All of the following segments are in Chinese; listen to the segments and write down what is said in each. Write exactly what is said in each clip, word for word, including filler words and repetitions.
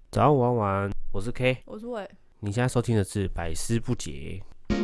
早上晚晚，我是 K， 我是伟。 你现在收听的是百思不解。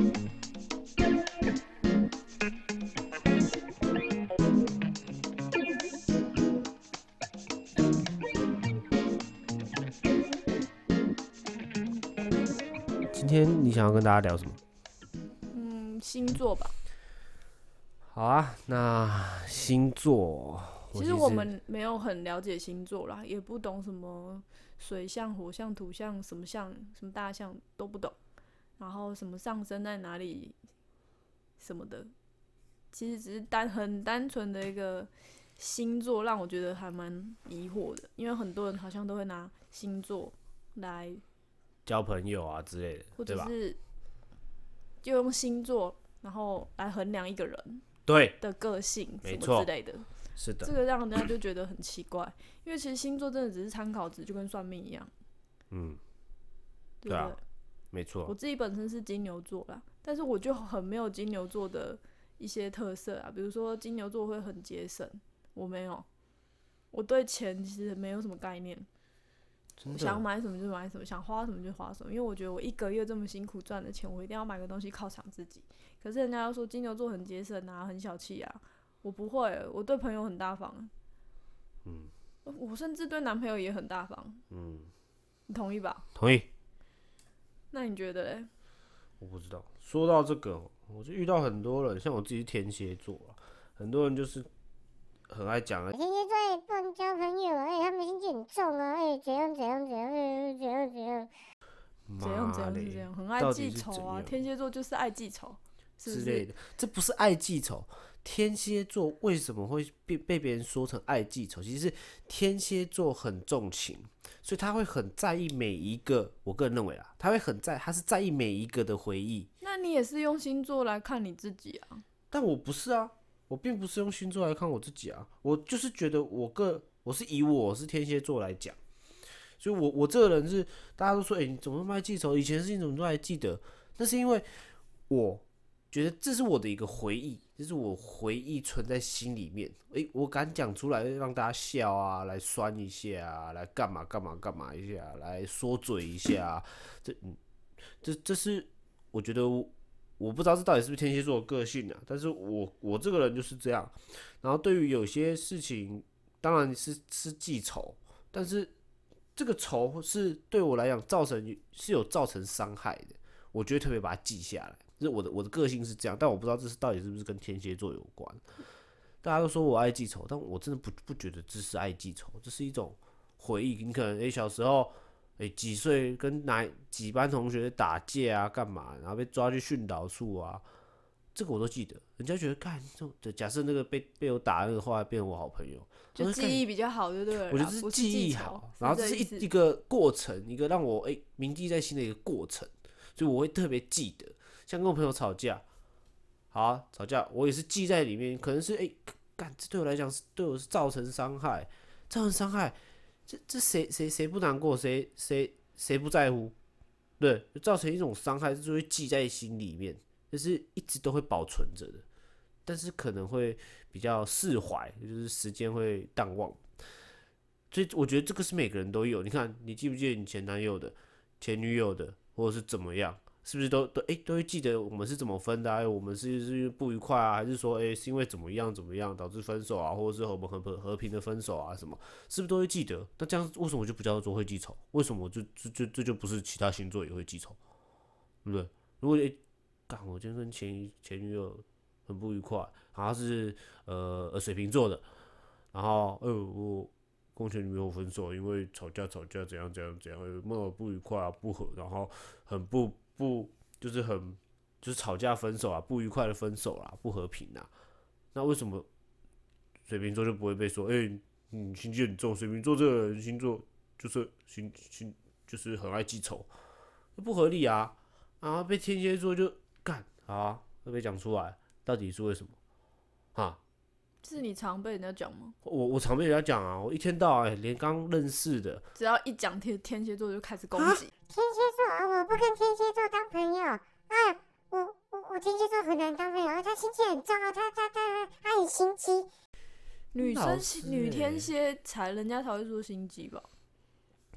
今天你想要跟大家聊什么？ 嗯，星座吧。 好啊，那星座， 其实我们没有很了解星座啦，也不懂什么水象、火象、土象，什么象、什么大象都不懂。然后什么上升在哪里什么的，其实只是单很单纯的一个星座，让我觉得还蛮疑惑的。因为很多人好像都会拿星座来交朋友啊之类的， 或者是就用星座然后来衡量一个人对的个性什没错么之类的。 是的， 这个让人家就觉得很奇怪，因为其实星座真的只是参考值，就跟算命一样。 嗯， 对不对？ 对啊，没错。 我自己本身是金牛座啦，但是我就很没有金牛座的一些特色啊，比如说金牛座会很节省，我没有。我对钱其实没有什么概念，我想买什么就买什么，想花什么就花什么，因为我觉得我一个月这么辛苦赚的钱，我一定要买个东西犒赏自己。可是人家又说金牛座很节省啊，很小气啊，我不会，我对朋友很大方。嗯，我甚至对男朋友也很大方。嗯，你同意吧？ 同意。 那你觉得嘞？ 我不知道。说到这个，我就遇到很多人，像我自己是天蝎座啊，很多人就是很爱讲啊， 天蝎座也不能交朋友，哎、欸，他们心机很重啊，哎、欸，怎样怎样怎样，哎、欸，怎样怎样， 怎样怎样是这样，很爱记仇啊。天蝎座就是爱记仇，是不是之类的？这不是爱记仇。天蝎座为什么会被被别人说成爱记仇？其实是天蝎座很重情，所以他会很在意每一个。我个人认为啊，他会很在，他是在意每一个的回忆。 那你也是用星座来看你自己啊？ 但我不是啊，我并不是用星座来看我自己啊。我就是觉得我个我是以我是天蝎座来讲，所以我我这个人是大家都说，哎、欸，你怎么那么爱记仇？以前的事情怎么都还记得？那是因为我觉得这是我的一个回忆，这是我回忆存在心里面。哎、欸，我敢讲出来，让大家笑啊，来酸一下啊，来干嘛干嘛干嘛一下，来说嘴一下、啊。这嗯，这这是我觉得我。我不知道这到底是不是天蝎座的个性啊，但是我我这个人就是这样。然后对于有些事情，当然是是记仇，但是这个仇是对我来讲造成是有造成伤害的，我就会特别把它记下来。就是我的我的个性是这样，但我不知道这是到底是不是跟天蝎座有关。大家都说我爱记仇，但我真的不不觉得这是爱记仇，这是一种回忆。你可能哎、欸、小时候。欸、几岁跟哪几班同学打架啊，干嘛？然后被抓去训导处啊，这个我都记得。人家觉得干，假设那个被被我打的那个后来变成我好朋友， 就记忆比较好，对不对？ 我觉得是记忆好，然后这是一一个过程，一个让我哎、欸、铭记在心的一个过程，所以我会特别记得。像跟我朋友吵架，好、啊、吵架，我也是记在里面，可能是哎干、欸，这对我来讲是对我是造成伤害，造成伤害。这这谁谁谁不难过，谁谁谁不在乎，对，就造成一种伤害，就会记在心里面，就是一直都会保存着的，但是可能会比较释怀，就是时间会淡忘，所以我觉得这个是每个人都有。你看，你记不记得你前男友的、前女友的，或者是怎么样？是不是都都哎、欸、都会记得我们是怎么分的、啊？欸、我们是是不愉快啊，还是说哎、欸、是因为怎么样怎么样导致分手啊，或者是我们很和平的分手啊什么？是不是都会记得？那这样为什么就不叫做会记仇？为什么就就就这就不是其他星座也会记仇？对不对？如果哎干、欸、我今天跟前前女友很不愉快，然后是呃水瓶座的，然后呃我。跟我前女友分手，因为吵架吵架怎样怎样怎样，有没有不愉快啊不和，然后很不不就是很就是吵架分手啊，不愉快的分手啦，不和平啊。那为什么水瓶座就不会被说？哎、欸，你心机很重，水瓶座这个人星座就是心心就是很爱记仇，不合理啊。然后被天蝎座就干啊，都被讲出来，到底是为什么？哈？ 是你常被人家讲吗？ 我我常被人家讲啊，我一天到晚连刚认识的， 只要一讲天天蝎座就开始攻击。 天蝎座啊，我不跟天蝎座当朋友啊，我我我天蝎座很难当朋友，他心机很重啊，他他他他很心机。 女生女天蝎才人家才会说心机吧？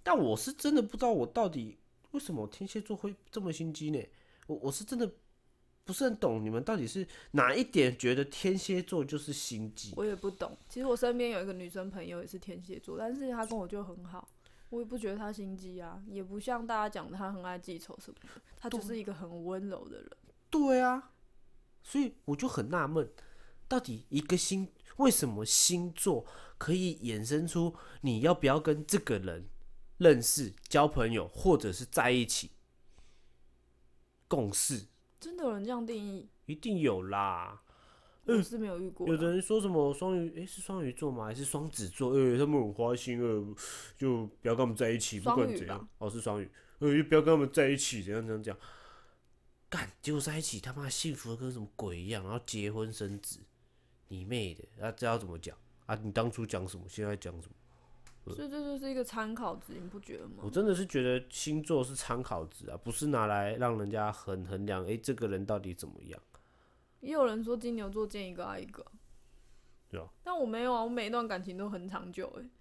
但我是真的不知道我到底为什么天蝎座会这么心机呢？我我是真的不是很懂你们到底是哪一点觉得天蝎座就是心机。 我也不懂。其实我身边有一个女生朋友也是天蝎座，但是她跟我就很好，我也不觉得她心机啊，也不像大家讲她很爱记仇什么的，她就是一个很温柔的人。 对啊，所以我就很纳闷，到底一个星为什么星座可以衍生出你要不要跟这个人认识、交朋友，或者是在一起共事？ 真的有人这样定义？ 一定有啦。 我是没有遇过啦。 有的人说什么双鱼，诶，是双鱼座吗？还是双子座？诶，他们很花心，呃，就不要跟他们在一起，不管怎样。哦，是双鱼，呃，就不要跟他们在一起，怎样怎样讲。干，结果在一起他妈幸福的跟什么鬼一样，然后结婚生子，你妹的！啊，这要怎么讲啊？你当初讲什么？现在讲什么？ 所以这就是一个参考值，你不觉得吗？ 我真的是觉得星座是参考值啊，不是拿来让人家很衡量，哎、欸，这个人到底怎么样？ 也有人说金牛座见一个爱一个， 对啊， 但我没有啊，我每一段感情都很长久哎、欸。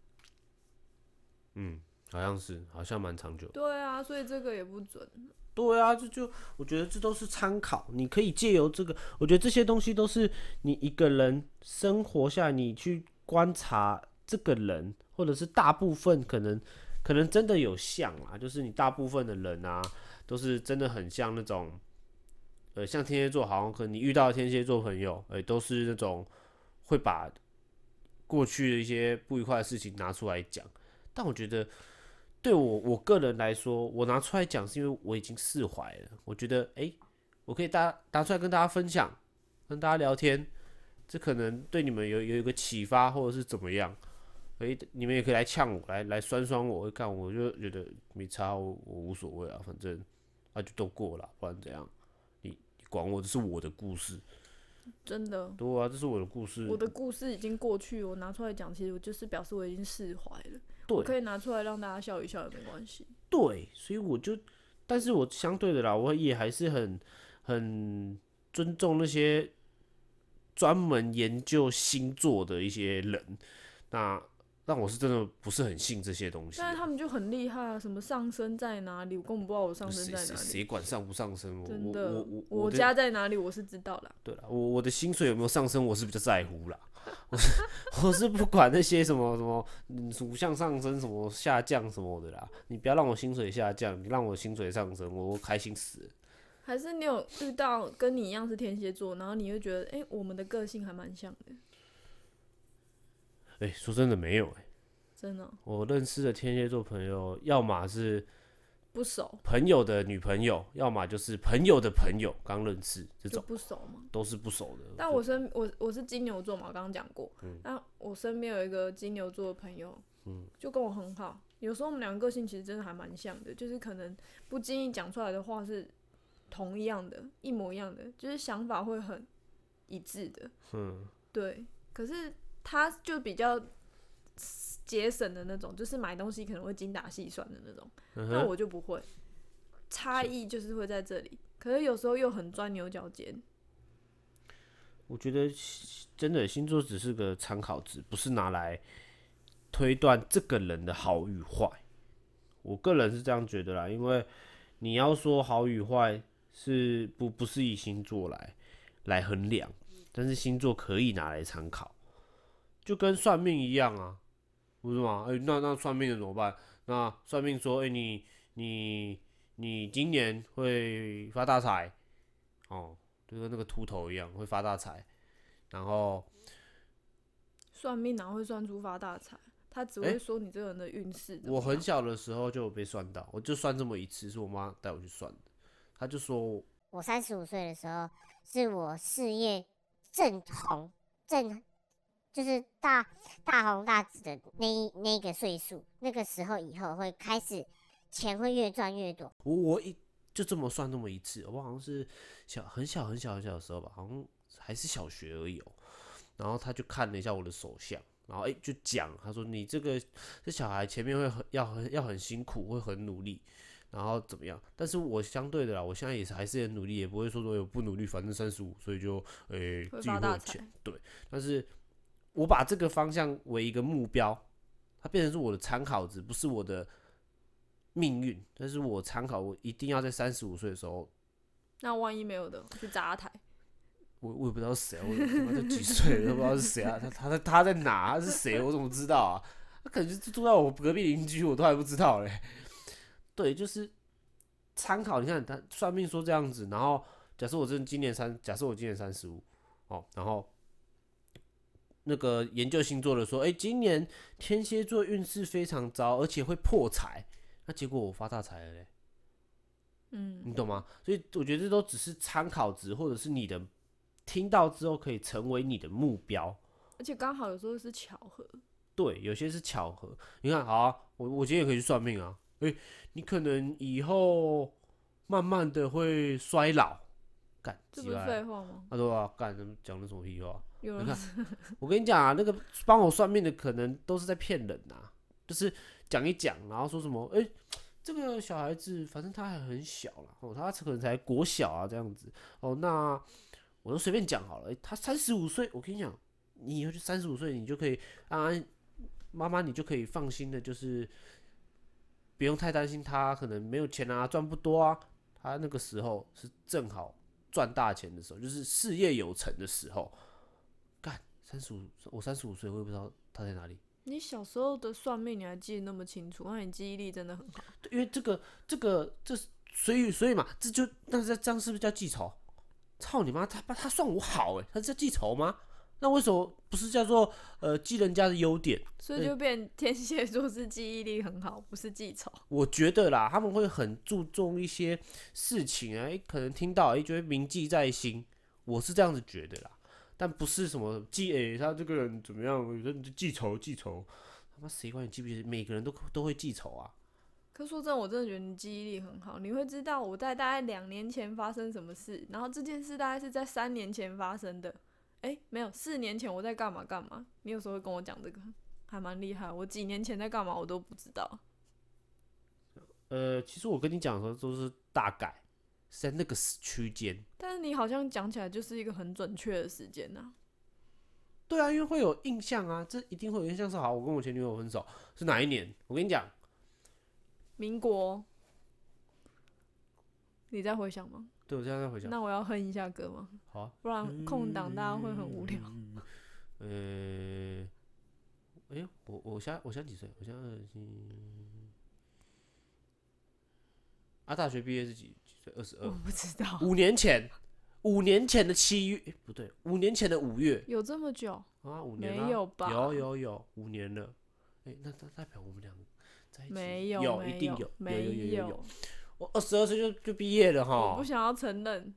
嗯，好像是，好像蛮长久。 对啊，所以这个也不准。 对啊，这就我觉得这都是参考，你可以借由这个，我觉得这些东西都是你一个人生活下来，你去观察这个人，或者是大部分可能可能真的有像啦，就是你大部分的人啊，都是真的很像那种，呃，像天蝎座，好像可能你遇到的天蝎座朋友，哎、欸，都是那种会把过去的一些不愉快的事情拿出来讲，但我觉得。对我我个人来说，我拿出来讲是因为我已经释怀了。我觉得，哎、欸，我可以大拿出来跟大家分享，跟大家聊天，这可能对你们有有一个启发，或者是怎么样。哎、欸，你们也可以来呛我，来来酸酸我，看我就觉得没差，我我无所谓啊，反正啊就都过了，不然怎样？你你管我，这是我的故事。 真的。 对啊，这是我的故事。 我的故事已经过去，我拿出来讲，其实我就是表示我已经释怀了。 对， 我可以拿出来让大家笑一笑也没关系。 对，所以我就，但是我相对的啦，我也还是很很尊重那些专门研究星座的一些人。那但我是真的不是很信这些东西、啊。 但是他们就很厉害啊，什么上升在哪里，我根本不知道我上升在哪里。 谁管上不上升？ 真的， 我我我家在哪里我是知道啦。 对啦，我我的薪水有没有上升，我是比较在乎啦。我是我是不管那些什么什么嗯属相上升什么下降什么的啦，你不要让我薪水下降，你让我薪水上升，我我开心死了。 还是你有遇到跟你一样是天蝎座，然后你会觉得，哎、欸，我们的个性还蛮像的。 哎、欸，说真的没有哎、欸， 真的、喔。 我认识的天蝎座朋友，要么是不熟朋友的女朋友，要么就是朋友的朋友刚认识，这种不熟吗？ 都是不熟的。 但我身我我是金牛座嘛，我刚刚讲过。 嗯。 那我身边有一个金牛座的朋友， 嗯， 就跟我很好。有时候我们两个个性其实真的还蛮像的，就是可能不经意讲出来的话是同一样的，一模一样的，就是想法会很一致的。 嗯。 对，可是他就比较节省的那种，就是买东西可能会精打细算的那种， 嗯、 但我就不会。差异就是会在这里，可是有时候又很钻牛角尖。 我觉得真的星座只是个参考值，不是拿来推断这个人的好与坏。我个人是这样觉得啦，因为你要说好与坏，是不不是以星座来来衡量，但是星座可以拿来参考，就跟算命一样啊，不是吗？欸、那那算命的怎么办？那算命说，哎、欸，你你你今年会发大财，哦。就跟那个秃头一样，会发大财。然后算命哪会算出发大财？他只会说你这个人的运势、欸。 我很小的时候就有被算到，我就算这么一次，是我妈带我去算的。他就说我三十五岁的时候，是我事业正红正，就是大大红大紫的那一那个岁数，那个时候以后会开始钱会越赚越多。 我我一。就这么算那么一次，我好像是小很小很小很小的时候吧，好像还是小学而已哦、喔。然后他就看了一下我的手相，然后哎、欸、就讲，他说你这个这小孩前面会很要很要很辛苦，会很努力，然后怎么样？但是我相对的啦，我现在也是还是很努力，也不会说说有不努力，反正三十五岁就哎、欸、自己会有钱，对。但是我把这个方向为一个目标，它变成是我的参考值，不是我的命运，但是我参考，我一定要在三十五岁的时候。 那万一没有的，去砸台。 我我也不知道是谁，我他妈都几岁了都不知道是谁啊？他他他在哪？他是谁？我怎么知道啊？他可能就住在我隔壁邻居，我都还不知道嘞。对，就是参考。你看他算命说这样子，然后假设我真的今年三，假设我今年三十五，哦，然后那个研究星座的说，哎、欸，今年天蝎座运势非常糟，而且会破财。那结果我发大财了嘞。嗯，你懂吗？所以我觉得这都只是参考值，或者是你的听到之后可以成为你的目标。 而且刚好有时候是巧合。 对，有些是巧合。你看，好啊，我我今天也可以去算命啊。哎、欸，你可能以后慢慢的会衰老，干， 这不是废话吗？ 他说啊，干，讲的什么屁话？ 有人看，我跟你讲啊，那个帮我算命的可能都是在骗人啊，就是讲一讲，然后说什么，哎、欸，这个小孩子反正他还很小啦，哦，他可能才国小啊这样子，哦，那我都随便讲好了，欸、他三十五岁，我跟你讲，你以后就三十五岁，你就可以啊。妈妈，你就可以放心的，就是不用太担心他可能没有钱啊，赚不多啊。他那个时候是正好赚大钱的时候，就是事业有成的时候。干，三十五，我三十五岁，我也不知道他在哪里。 你小时候的算命你还记得那么清楚，那你记忆力真的很好。 对，因为这个这个这所以所以嘛，这就那这这样是不是叫记仇？操你妈，他他算我好哎，他是叫记仇吗？那为什么不是叫做呃记人家的优点？ 所以就变天蝎座是记忆力很好，不是记仇。 我觉得啦，他们会很注重一些事情啊，欸、可能听到哎、欸、就会铭记在心，我是这样子觉得啦。但不是什么记哎、欸、他这个人怎么样，有人记仇记仇，他妈谁管你记不记得？每个人都都会记仇啊。 可说真的，我真的觉得你记忆力很好，你会知道我在大概两年前发生什么事，然后这件事大概是在三年前发生的。哎、欸，没有，四年前我在干嘛干嘛？你有时候会跟我讲这个，还蛮厉害。我几年前在干嘛我都不知道。 呃，其实我跟你讲的时候都是大概是在那个区间， 但是你好像讲起来就是一个很准确的时间啊。 对啊，因为会有印象啊，这一定会有印象。是好，我跟我前女友分手是哪一年？我跟你讲， 民国。你在回想吗？ 对，我现在在回想。 那我要哼一下歌吗？ 好啊， 不然空档大家会很无聊。 呃、欸，哎、欸，我我现在我现在几岁？我现在二十七。啊，大学毕业是几几岁？二十二。 我不知道。 五年前，五年前的七月，欸、不对，五年前的五月。 有这么久？ 啊，五年啊。 没有吧？ 有有有，五年了。哎、欸，那那代表我们两个在一起？ 没有， 有，一定有， 没有有有有有。我二十二岁就就毕业了哈。 我不想要承认。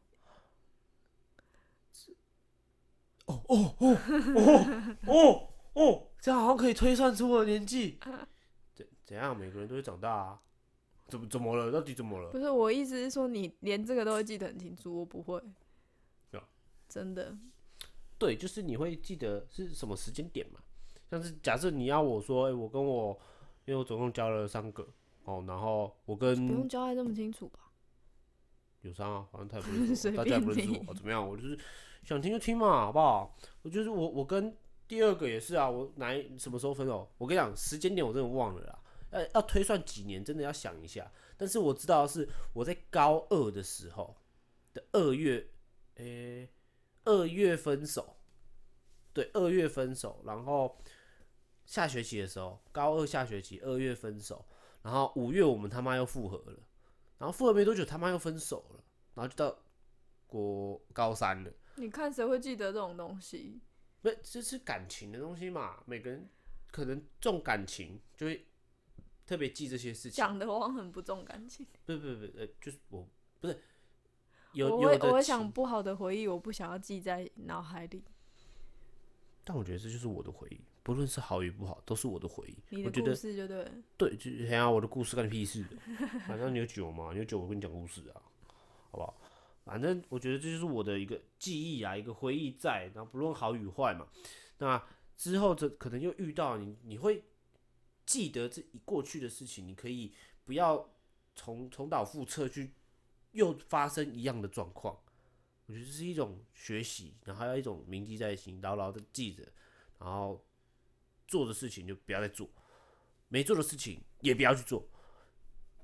哦哦哦哦哦哦，这样好像可以推算出我的年纪。怎怎样？每个人都会长大啊。怎么怎么了？到底怎么了？ 不是，我意思是说，你连这个都会记得很清楚，我不会。 啊、 真的。 对，就是你会记得是什么时间点嘛？像是假设你要我说，哎、欸，我跟我，因为我总共交了三个哦，然后我跟不用交代这么清楚吧？ 有伤啊，反正他也不认识我，大家也不认识我，怎么样？我就是想听就听嘛，好不好？我就是我，我跟第二个也是啊，我哪什么时候分手？我跟你讲，时间点我真的忘了啦。要要推算几年，真的要想一下。但是我知道的是我在高二的时候的二月，诶、欸，二月分手，对，二月分手，然后下学期的时候，高二下学期二月分手，然后五月我们他妈又复合了，然后复合没多久他妈又分手了，然后就到国高三了。 你看谁会记得这种东西？ 不，这是感情的东西嘛，每个人可能重感情就会特别记这些事情。 讲的我很不重感情。 不不不，呃，就是我不是有我会有的我会想不好的回忆，我不想要记在脑海里。 但我觉得这就是我的回忆，不论是好与不好，都是我的回忆。 你的故事就对了。 对，就哎呀，我的故事干你屁事。反正你有酒嘛，你有酒我跟你讲故事啊，好不好？反正我觉得这就是我的一个记忆啊，一个回忆在，然后不论好与坏嘛。那之后这可能又遇到你，你会记得这过去的事情，你可以不要重重蹈覆辙去又发生一样的状况。我觉得这是一种学习，然后还有一种铭记在心，牢牢的记着，然后做的事情就不要再做，没做的事情也不要去做。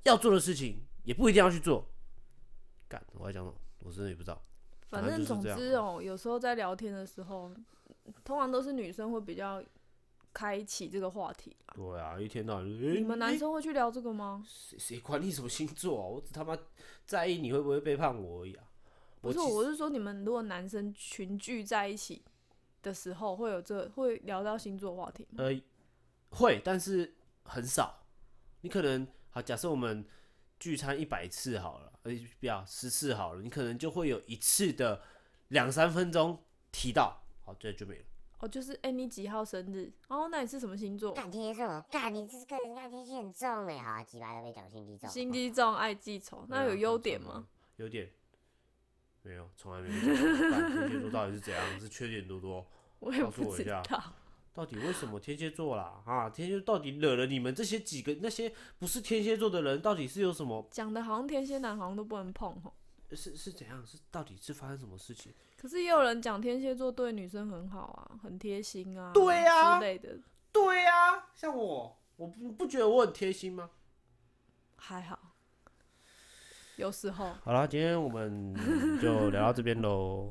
要做的事情也不一定要去做。干，我在讲什么？我真的也不知道。 反正总之哦，有时候在聊天的时候，通常都是女生会比较开启这个话题啊。 对啊，一天到晚就、欸、 你们男生会去聊这个吗？ 谁谁管你什么星座啊？我只他妈在意你会不会背叛我而已啊！ 不是，我是说你们如果男生群聚在一起的时候，会有这会聊到星座话题吗？ 呃，会，但是很少。你可能好，假设我们聚餐一百次好了，呃，不要十次好了，你可能就会有一次的两三分钟提到，好，这就没了。 哦，就是哎、欸，你几号生日？哦，那你是什么星座？ 干天蝎座，干你这个人家天蝎很重哎，好啊，几百都被讲心机重。 心机重，爱记仇，那有优点吗？ 优点没有，从来没有讲过。天蝎座到底是怎样？是缺点多多？ 我也不知道。 到底为什么天蝎座啦？啊，天蝎座到底惹了你们这些几个那些不是天蝎座的人，到底是有什么？ 讲的好像天蝎男好像都不能碰吼。 是是怎样？是到底是发生什么事情？ 可是也有人讲天蝎座对女生很好啊，很贴心啊， 对啊之类的。 对啊，像我，我不不觉得我很贴心吗？ 还好，有时候。 好了，今天我们就聊到这边喽。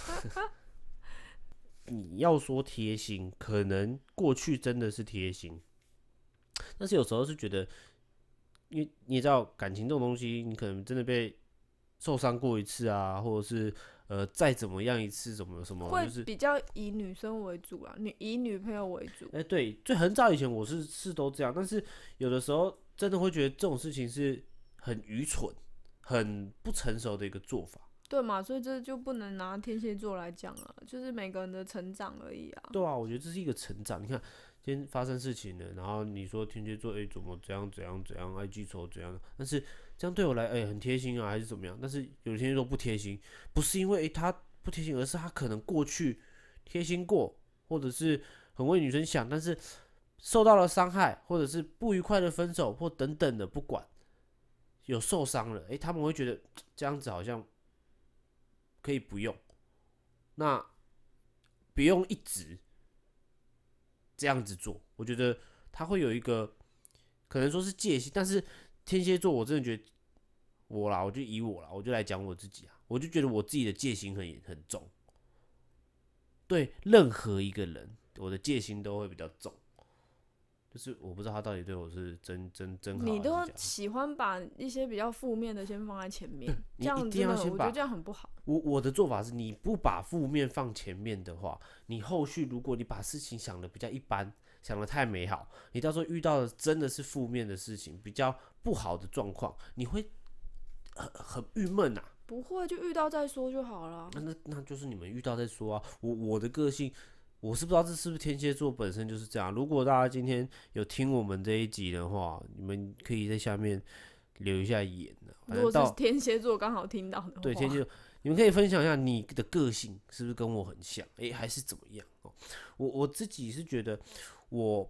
你要说贴心，可能过去真的是贴心，但是有时候是觉得，因为你也知道感情这种东西，你可能真的被受伤过一次啊，或者是呃再怎么样一次，什么什么， 会就是比较以女生为主啊，女以女朋友为主。 哎、欸，对，最很早以前我是是都这样，但是有的时候真的会觉得这种事情是很愚蠢、很不成熟的一个做法。 对嘛，所以这就不能拿天蝎座来讲啊，就是每个人的成长而已啊。 对啊，我觉得这是一个成长。你看，今天发生事情了，然后你说天蝎座，哎、欸，怎么怎样怎样怎样，爱记仇怎样？但是这样对我来，哎、欸，很贴心啊，还是怎么样？但是有天蝎座不贴心，不是因为、欸、他不贴心，而是他可能过去贴心过，或者是很为女生想，但是受到了伤害，或者是不愉快的分手，或等等的，不管有受伤了，哎、欸，他们会觉得这样子好像。可以不用，那不用一直这样子做。我觉得他会有一个可能说是戒心，但是天蝎座我真的觉得我啦，我就以我啦，我就来讲我自己啊，我就觉得我自己的戒心很很重，对任何一个人，我的戒心都会比较重。就是我不知道他到底对我是真真真好。 你都喜欢把一些比较负面的先放在前面，这样真的，我觉得这样很不好。 我我的做法是，你不把负面放前面的话，你后续如果你把事情想的比较一般，想的太美好，你到时候遇到的真的是负面的事情，比较不好的状况，你会很很郁闷啊。 不会，就遇到再说就好了。 那那就是你们遇到再说啊。我我的个性。我是不知道这是不是天蝎座本身就是这样。如果大家今天有听我们这一集的话，你们可以在下面留一下言、啊、 如果是天蝎座刚好听到的话， 对天蝎座，你们可以分享一下你的个性是不是跟我很像？哎、欸，还是怎么样？哦、我我自己是觉得我，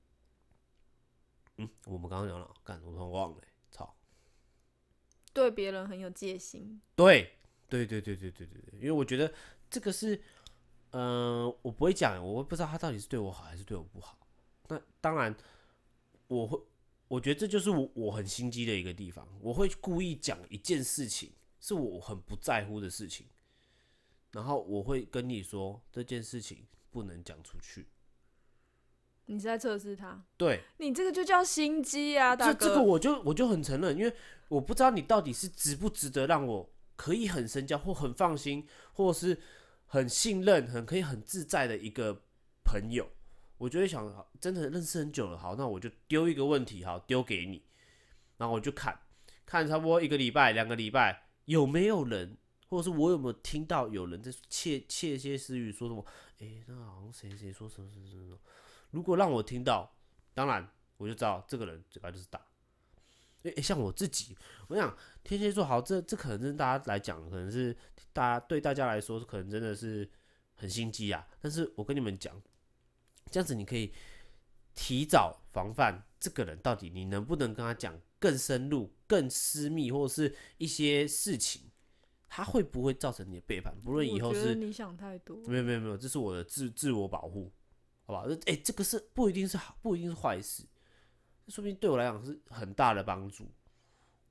嗯，我们刚刚讲了，干，我突然忘了、欸，操， 对别人很有戒心。 对，对对对对对对对，因为我觉得这个是。嗯、呃，我不会讲，我不知道他到底是对我好还是对我不好。那当然，我会，我觉得这就是我我很心机的一个地方。我会故意讲一件事情，是我很不在乎的事情，然后我会跟你说这件事情不能讲出去。 你是在测试他？ 对， 你这个就叫心机啊，大哥。 这这个我就我就很承认，因为我不知道你到底是值不值得让我可以很深交或很放心，或者是。很信任、很可以很自在的一个朋友，我就会想，真的认识很久了，好，那我就丢一个问题，好，丢给你，然后我就看，看差不多一个礼拜、两个礼拜，有没有人，或者是我有没有听到有人在窃窃窃私语，说什么，哎、欸，那好像谁谁说什么什么什么，如果让我听到，当然我就知道这个人嘴巴就是大。哎、欸，像我自己，我想天蝎座好，这这可能是大家来讲，可能是大家对大家来说，可能真的是很心机啊。但是我跟你们讲，这样子你可以提早防范这个人到底你能不能跟他讲更深入、更私密，或者是一些事情，他会不会造成你的背叛？不论以后是， 我觉得你想太多。 没有没有没有，这是我的自自我保护，好吧？哎、欸，这个是不一定是好，不一定是坏事。说不定对我来讲是很大的帮助，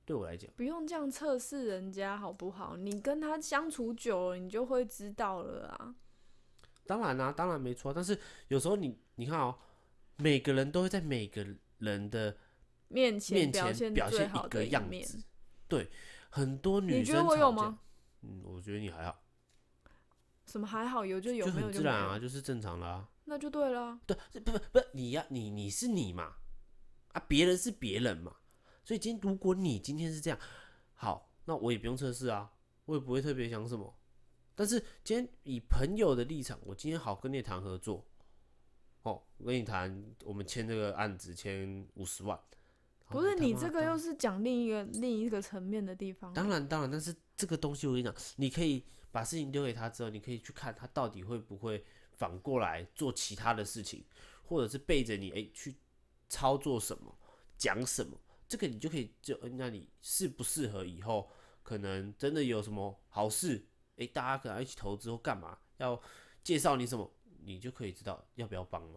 对我来讲， 不用这样测试人家好不好？你跟他相处久了，你就会知道了啊。 当然啦、啊，当然没错。但是有时候你你看哦，每个人都会在每个人的面前表现表现一个样子。对，很多女生你觉得我有吗？ 嗯，我觉得你还好。 什么还好？有就有， 就很自然啊， 没有就就是正常啦、啊。 那就对了。 对，不不不，你呀、啊，你你是你嘛，啊，别人是别人嘛。所以今天如果你今天是这样，好，那我也不用测试啊，我也不会特别想什么。但是今天以朋友的立场，我今天好跟你谈合作，哦，我跟你谈，我们签这个案子签五十万。 不是你这个又是讲另一个另一个层面的地方。 当然当然，但是这个东西我跟你讲，你可以把事情丢给他之后，你可以去看他到底会不会反过来做其他的事情，或者是背着你哎、欸、去操作什么，讲什么，这个你就可以就那你适不适合以后可能真的有什么好事，哎、欸、大家可能一起投资或干嘛，要介绍你什么，你就可以知道要不要帮嘛。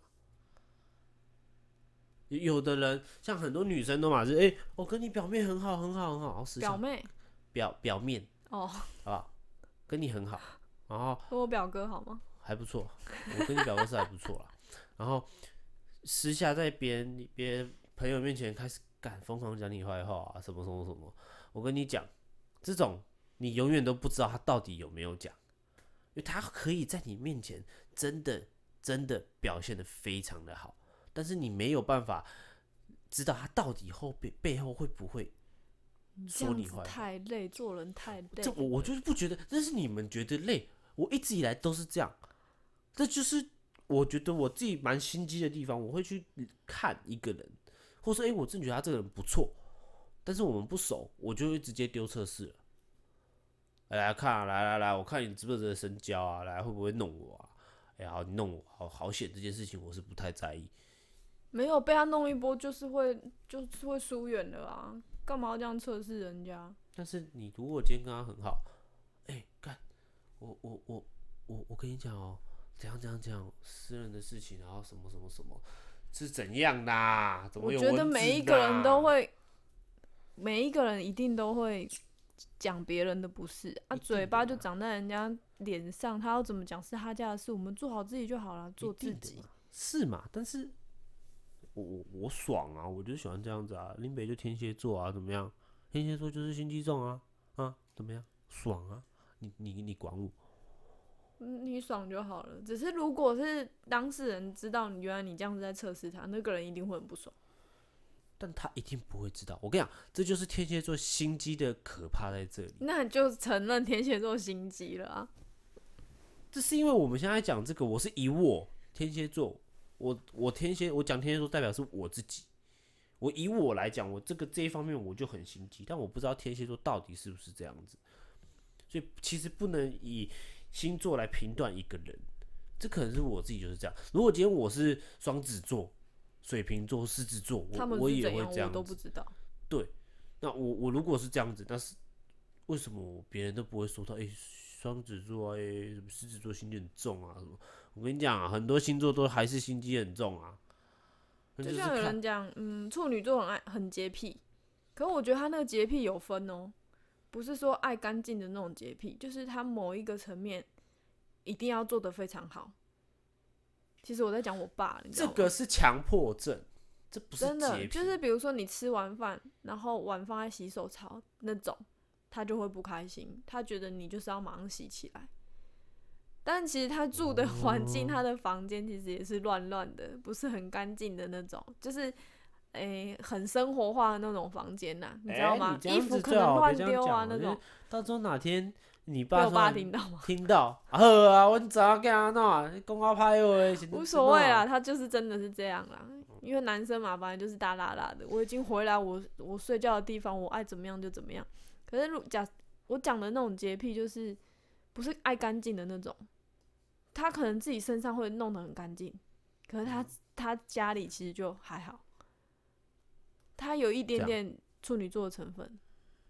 有的人像很多女生都嘛是，哎、欸，我跟你表面很好很好很好， 表妹表表面哦， 好不好？跟你很好，然后跟我表哥好吗？ 还不错，我跟你表哥是还不错啦。然后私下在别人别人朋友面前开始干疯狂讲你坏话啊，什么什么什么。我跟你讲，这种你永远都不知道他到底有没有讲，因为他可以在你面前真的真的表现得非常的好。但是你没有办法知道他到底后背背后会不会说你坏话。 太累，做人太累。 这我我就是不觉得，这是你们觉得累。我一直以来都是这样，这就是我觉得我自己蛮心机的地方。我会去看一个人，或是哎、欸，我真觉得他这个人不错，但是我们不熟，我就会直接丢测试了。来来看、啊，来来来，我看你值不值得深交啊？来会不会弄我啊？哎、欸，好，你弄我，好好险，这件事情我是不太在意。 没有被他弄一波，就是会就是会疏远了啊！干嘛要这样测试人家？ 但是你如果今天跟他很好，哎、欸，干，我我我我我跟你讲哦、喔，怎样怎样怎样，私人的事情，然后什么什么什么，是怎样的、啊？怎么有文字的、啊？ 我觉得每一个人都会，每一个人一定都会讲别人的不是啊，嘴巴就长在人家脸上，他要怎么讲是他家的事，我们做好自己就好了，做自己是嘛？但是。我我我爽啊！我就喜欢这样子啊。林北就天蝎座啊，怎么样？天蝎座就是心机重啊啊，怎么样？爽啊！你你你管我？ 你爽就好了。只是如果是当事人知道你原来你这样子在测试他，那个人一定会很不爽。 但他一定不会知道。我跟你讲，这就是天蝎座心机的可怕在这里。 那你就承认天蝎座心机了啊！ 这是因为我们现在讲这个，我是以我天蝎座。我我天蝎，我讲天蝎座代表是我自己。我以我来讲，我这个这一方面我就很心机，但我不知道天蝎座到底是不是这样子。所以其实不能以星座来评断一个人，这可能是我自己就是这样。如果今天我是双子座、水瓶座、狮子座，我我也会这样子。 我都不知道。 对，那我我如果是这样子，那是为什么别人都不会说到？哎、欸，双子座哎、欸，什么狮子座心机很重啊什么？我跟你讲啊，很多星座都还是心机很重啊。 就像有人讲，嗯，处女座很爱很洁癖，可我觉得他那个洁癖有分哦，不是说爱干净的那种洁癖，就是他某一个层面一定要做得非常好。其实我在讲我爸，你知道吗？ 这个是强迫症，这不是洁癖。 真的，就是比如说你吃完饭，然后碗放在洗手槽那种，他就会不开心，他觉得你就是要马上洗起来。但其实他住的环境，他的房间其实也是乱乱的，不是很干净的那种，就是诶、欸、很生活化的那种房间呐、啊，你知道吗？ 欸、 衣服可能乱丢啊那种。 到时候哪天你爸被我爸听到吗？ 听到，好啊，我知道干怎啊，你讲我歹话， 无所谓啦，他就是真的是这样啦。因为男生嘛，本来就是大辣辣的。我已经回来我，我我睡觉的地方，我爱怎么样就怎么样。可是假我讲的那种洁癖，就是不是爱干净的那种。他可能自己身上会弄得很干净，可是他他家里其实就还好，他有一点点处女座的成分。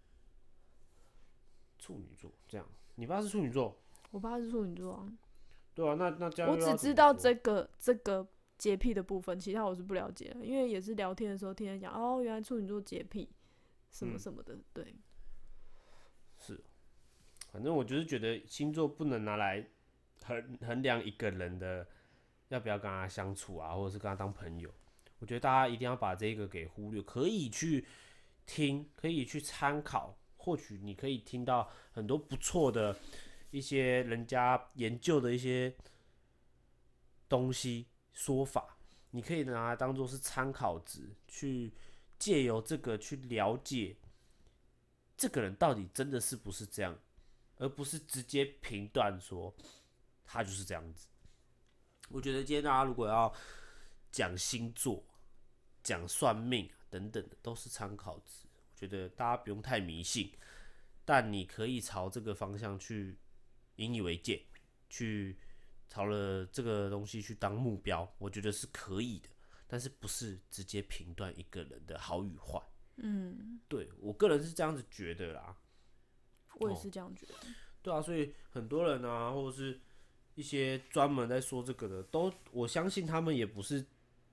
处女座这样，你爸是处女座？ 我爸是处女座啊。 对啊，那那这样我只知道这个这个洁癖的部分，其他我是不了解的，因为也是聊天的时候听人讲，哦，原来处女座洁癖， 什么什么的，嗯、对。 是，反正我就是觉得星座不能拿来衡衡量一个人的要不要跟他相处啊，或者是跟他当朋友。我觉得大家一定要把这个给忽略，可以去听，可以去参考，或许你可以听到很多不错的一些人家研究的一些东西说法，你可以拿来当做是参考值，去借由这个去了解这个人到底真的是不是这样，而不是直接评断说他就是这样子。我觉得今天大家如果要讲星座、讲算命等等的，都是参考值。我觉得大家不用太迷信，但你可以朝这个方向去引以为戒，去朝了这个东西去当目标，我觉得是可以的。但是不是直接评断一个人的好与坏。 嗯， 对，我个人是这样子觉得啦。 我也是这样觉得。哦、 对啊，所以很多人啊，或者是一些专门在说这个的，都我相信他们也不是，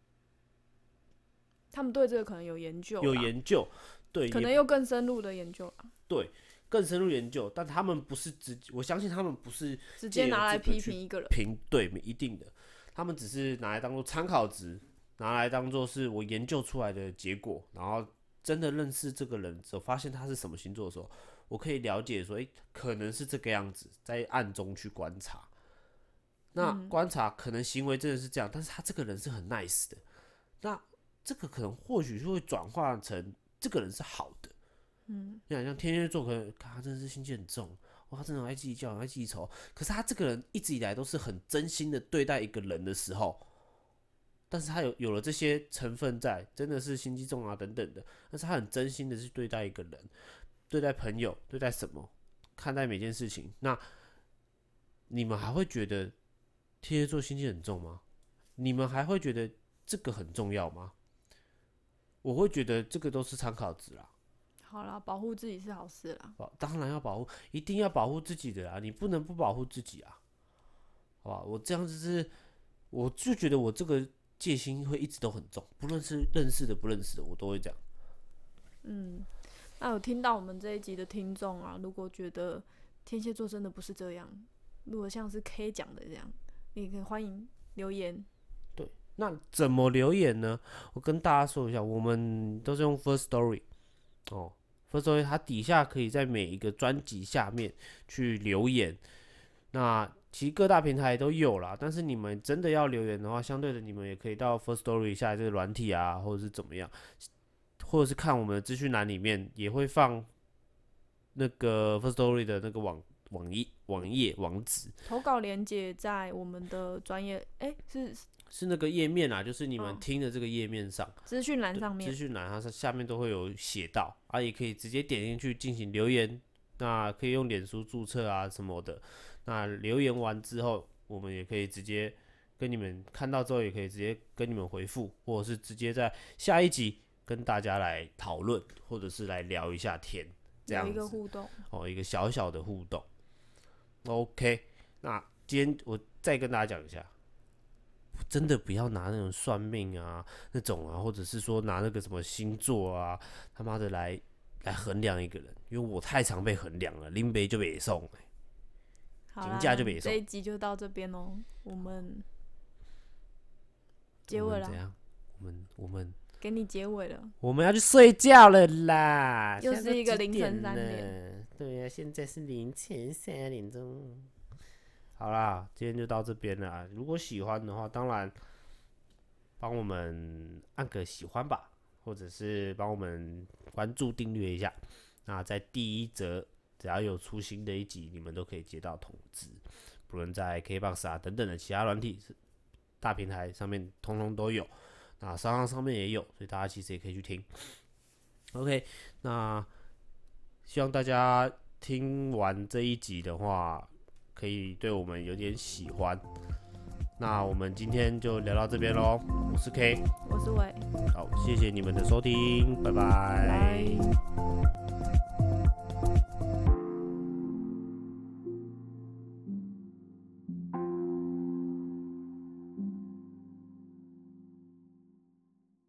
他们对这个可能有研究， 有研究，对， 可能又更深入的研究啦。 对，更深入研究，但他们不是直，我相信他们不是直接拿来批评一个人， 评对，一定的，他们只是拿来当做参考值，拿来当做是我研究出来的结果，然后真的认识这个人之后，发现他是什么星座的时候，我可以了解说，欸，可能是这个样子，在暗中去观察。那观察可能行为真的是这样，但是他这个人是很 nice 的，那这个可能或许就会转化成这个人是好的。嗯，像天蝎座可能他真的是心机很重，哇，他真的很爱计较，很爱记仇。可是他这个人一直以来都是很真心的对待一个人的时候。但是他有有了这些成分在，真的是心机重啊等等的，但是他很真心的去对待一个人，对待朋友，对待什么，看待每件事情。那你们还会觉得天蝎座心机很重吗？你们还会觉得这个很重要吗？我会觉得这个都是参考值啦。 好啦，保护自己是好事啦。 当然要保护，一定要保护自己的啦，你不能不保护自己啊，好吧？我这样子是，我就觉得我这个戒心会一直都很重，不论是认识的不认识的，我都会这样。 嗯，那有听到我们这一集的听众啊，如果觉得天蝎座真的不是这样，如果像是 K 讲的这样，你可以欢迎留言。 对，那怎么留言呢？我跟大家说一下，我们都是用 First Story 哦 ，First Story 它底下可以在每一个专辑下面去留言。那其实各大平台都有啦，但是你们真的要留言的话，相对的你们也可以到 First Story 下来这个软体啊，或者是怎么样，或者是看我们的资讯栏里面也会放那个 First Story 的那个网网页网页网址。 投稿连结在我们的专业，哎、欸，是是那个页面啊，就是你们听的这个页面上， 资讯栏上面， 资讯栏它下面都会有写到啊，也可以直接点进去进行留言。那可以用脸书注册啊什么的。那留言完之后，我们也可以直接跟你们看到之后，也可以直接跟你们回复，或者是直接在下一集跟大家来讨论，或者是来聊一下天，这样子。 有一个互动哦，一个小小的互动。OK， 那今天我再跟大家讲一下，真的不要拿那种算命啊那种啊，或者是说拿那个什么星座啊，他妈的来来衡量一个人，因为我太常被衡量了，林北就北送。 好啦，这一集就到这边喽，我们结尾了。 怎样？我们我们给你结尾了。 我们要去睡觉了啦， 又是一个凌晨三点。 对呀、啊，现在是凌晨三点钟。好啦，今天就到这边了。如果喜欢的话，当然帮我们按个喜欢吧，或者是帮我们关注订阅一下。那在第一则。只要有出新的一集，你们都可以接到通知，不论在 K B O X 啊等等的其他软体大平台上面，通通都有。那商行上面也有，所以大家其实也可以去听。OK， 那希望大家听完这一集的话，可以对我们有点喜欢。那我们今天就聊到这边咯，我是 K， 我是伟， 好，谢谢你们的收听，拜拜。 拜拜。